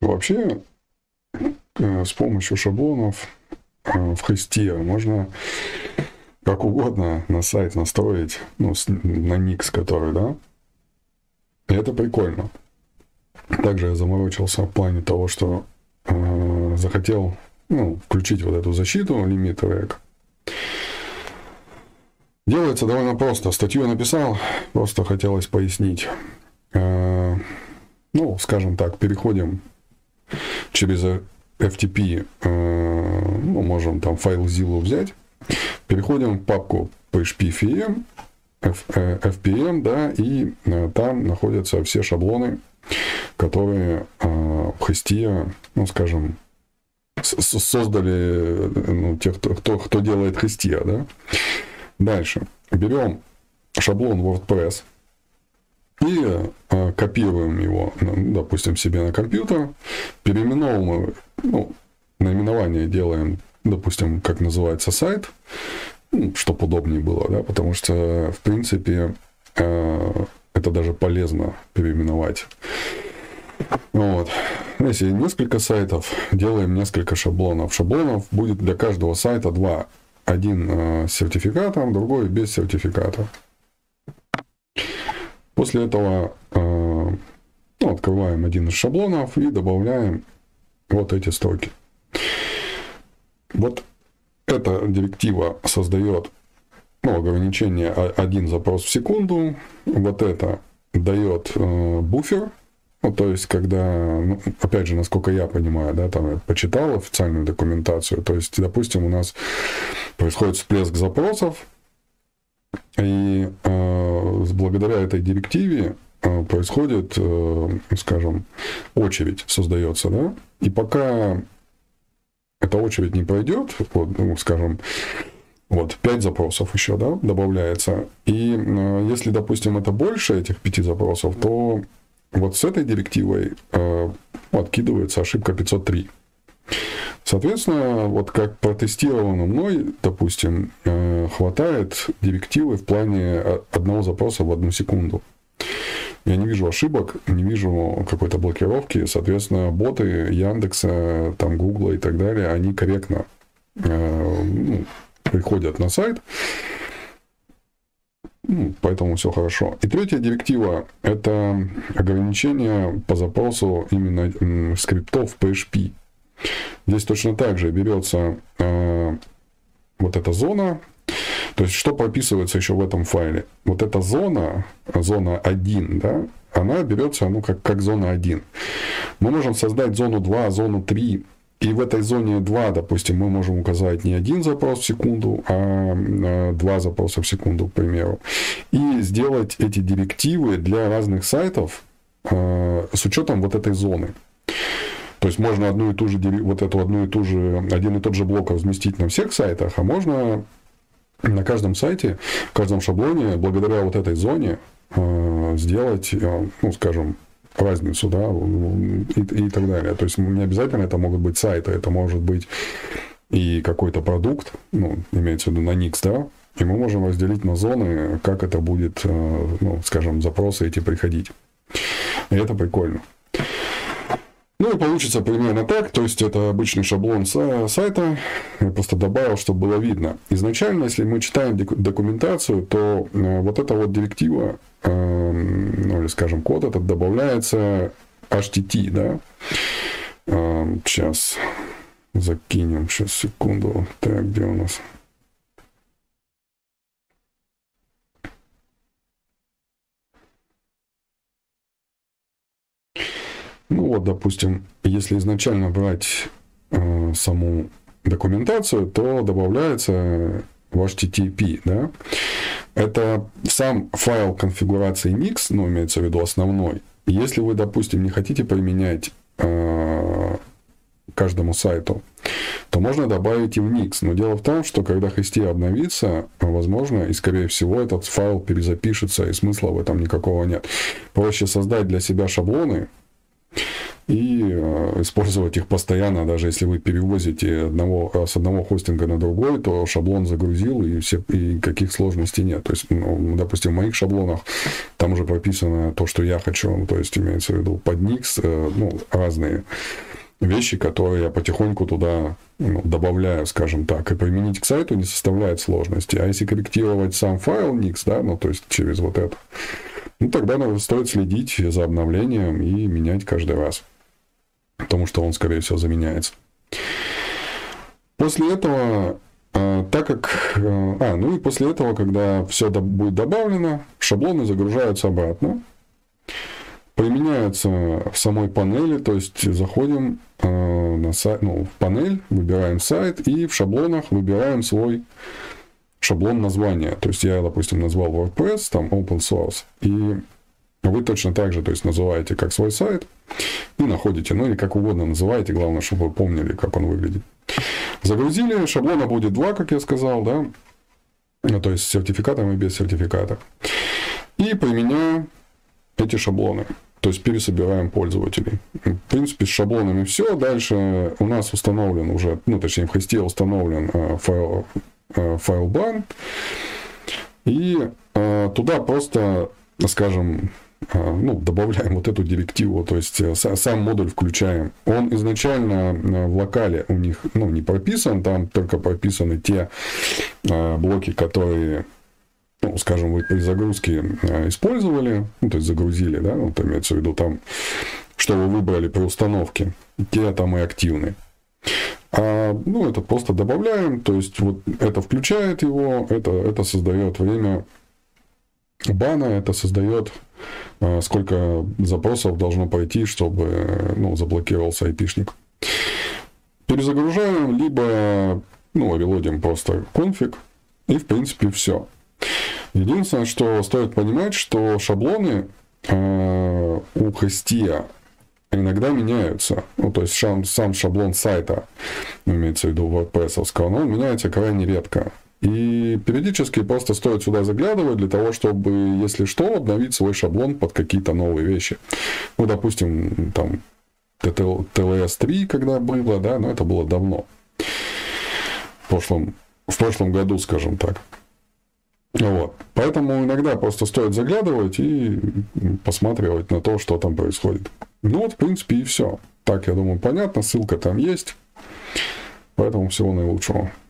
Вообще, с помощью шаблонов в Христе можно как угодно на сайт настроить, ну, на Nix, который, да, и это прикольно. Также я заморочился в плане того, что захотел, ну, включить вот эту защиту, Limit Reg. Делается довольно просто. Статью я написал, просто хотелось пояснить. Ну, скажем так, переходим через FTP, ну, можем там файл Zillow взять, переходим в папку PHP FPM, да, и там находятся все шаблоны, которые в Христе, ну, скажем, создали, ну, те, кто делает Христе, да. Дальше. Берем шаблон WordPress и копируем его, допустим, себе на компьютер, переименовываем, ну, наименование делаем, допустим, как называется сайт, чтобы удобнее было, да, потому что, в принципе, это даже полезно переименовать. Вот. Если несколько сайтов, делаем несколько шаблонов. Шаблонов будет для каждого сайта два. Один с сертификатом, другой без сертификата. После этого ну, открываем один из шаблонов и добавляем вот эти строки. Вот эта директива создает, ну, ограничение 1 запрос в секунду. Вот это дает буфер. Ну, то есть, когда, ну, опять же, насколько я понимаю, да, там я почитал официальную документацию, то есть, допустим, у нас происходит всплеск запросов, и благодаря этой директиве происходит, скажем, очередь создается, да, и пока эта очередь не пройдет, вот, ну, скажем, вот 5 запросов еще, да, добавляется, и если, допустим, это больше этих 5 запросов, то вот с этой директивой откидывается ошибка 503. Соответственно, вот как протестировано мной, допустим, хватает директивы в плане одного запроса в 1 секунду. Я не вижу ошибок, не вижу какой-то блокировки. Соответственно, боты Яндекса, там, Гугла и так далее, они корректно приходят на сайт. Поэтому все хорошо. И третья директива – это ограничение по запросу именно скриптов PHP. Здесь точно так же берется вот эта зона. То есть, что прописывается еще в этом файле? Вот эта зона 1, да, она берется, ну, как зона 1. Мы можем создать зону 2, зону 3. И в этой зоне 2, допустим, мы можем указать не 1 запрос в секунду, а 2 запроса в секунду, к примеру. И сделать эти директивы для разных сайтов с учетом вот этой зоны. То есть можно один и тот же блок разместить на всех сайтах, а можно на каждом сайте, в каждом шаблоне, благодаря вот этой зоне сделать, ну, скажем, разницу, да, и так далее. То есть не обязательно это могут быть сайты, это может быть и какой-то продукт, ну, имеется в виду на Nix, да, и мы можем разделить на зоны, как это будет, ну, скажем, запросы эти приходить. И это прикольно. Ну и получится примерно так, то есть это обычный шаблон сайта, я просто добавил, чтобы было видно. Изначально, если мы читаем документацию, то вот эта вот директива, ну или скажем код этот добавляется HTT, да. Сейчас закинем, сейчас секунду, так, где у нас? Ну вот, допустим, если изначально брать саму документацию, то добавляется в HTTP, да. Это сам файл конфигурации Nix, ну, имеется в виду основной. Если вы, допустим, не хотите применять каждому сайту, то можно добавить и в Nix. Но дело в том, что когда Христе обновится, возможно, и скорее всего этот файл перезапишется, и смысла в этом никакого нет. Проще создать для себя шаблоны и использовать их постоянно, даже если вы перевозите с одного хостинга на другой, то шаблон загрузил, и никаких сложностей нет. То есть, ну, допустим, в моих шаблонах там уже прописано то, что я хочу, то есть имеется в виду под Nix, ну, разные вещи, которые я потихоньку туда добавляю, скажем так, и применить к сайту не составляет сложности. А если корректировать сам файл Nix, да, ну, то есть через вот это, ну, тогда стоит следить за обновлением и менять каждый раз, потому что он, скорее всего, заменяется. После этого, ну и после этого, когда все будет добавлено, шаблоны загружаются обратно, применяются в самой панели, то есть заходим на сайт, ну, в панель, выбираем сайт и в шаблонах выбираем свой шаблон названия. То есть я, допустим, назвал WordPress, там open source, и вы точно так же, то есть называете как свой сайт и находите, ну или как угодно называете, главное, чтобы вы помнили, как он выглядит. Загрузили, шаблона будет 2, как я сказал, да, то есть с сертификатом и без сертификата. И применяю эти шаблоны. То есть пересобираем пользователей. В принципе, с шаблонами все. Дальше у нас установлен уже, ну, точнее, в хосте установлен файл-бан. И туда просто, скажем, ну, добавляем вот эту директиву, то есть сам модуль включаем. Он изначально в локале у них, ну, не прописан, там только прописаны те блоки, которые, ну, скажем, вы при загрузке использовали, ну, то есть загрузили, да, вот имеется в виду там, что вы выбрали при установке, те там и активны. Ну, это просто добавляем, то есть вот это включает его, это создает время бана, это создает, сколько запросов должно пройти, чтобы, ну, заблокировался айпишник. Перезагружаем, либо, ну, релодим просто конфиг, и, в принципе, все. Единственное, что стоит понимать, что шаблоны у хостия иногда меняются. Ну, то есть сам шаблон сайта, имеется в виду WordPress, но он меняется крайне редко. И периодически просто стоит сюда заглядывать для того, чтобы, если что, обновить свой шаблон под какие-то новые вещи. Ну, допустим, там TLS 3, когда было, да, но это было давно. В прошлом году, скажем так. Вот. Поэтому иногда просто стоит заглядывать и посматривать на то, что там происходит. Ну вот, в принципе, и все. Так, я думаю, понятно. Ссылка там есть. Поэтому всего наилучшего.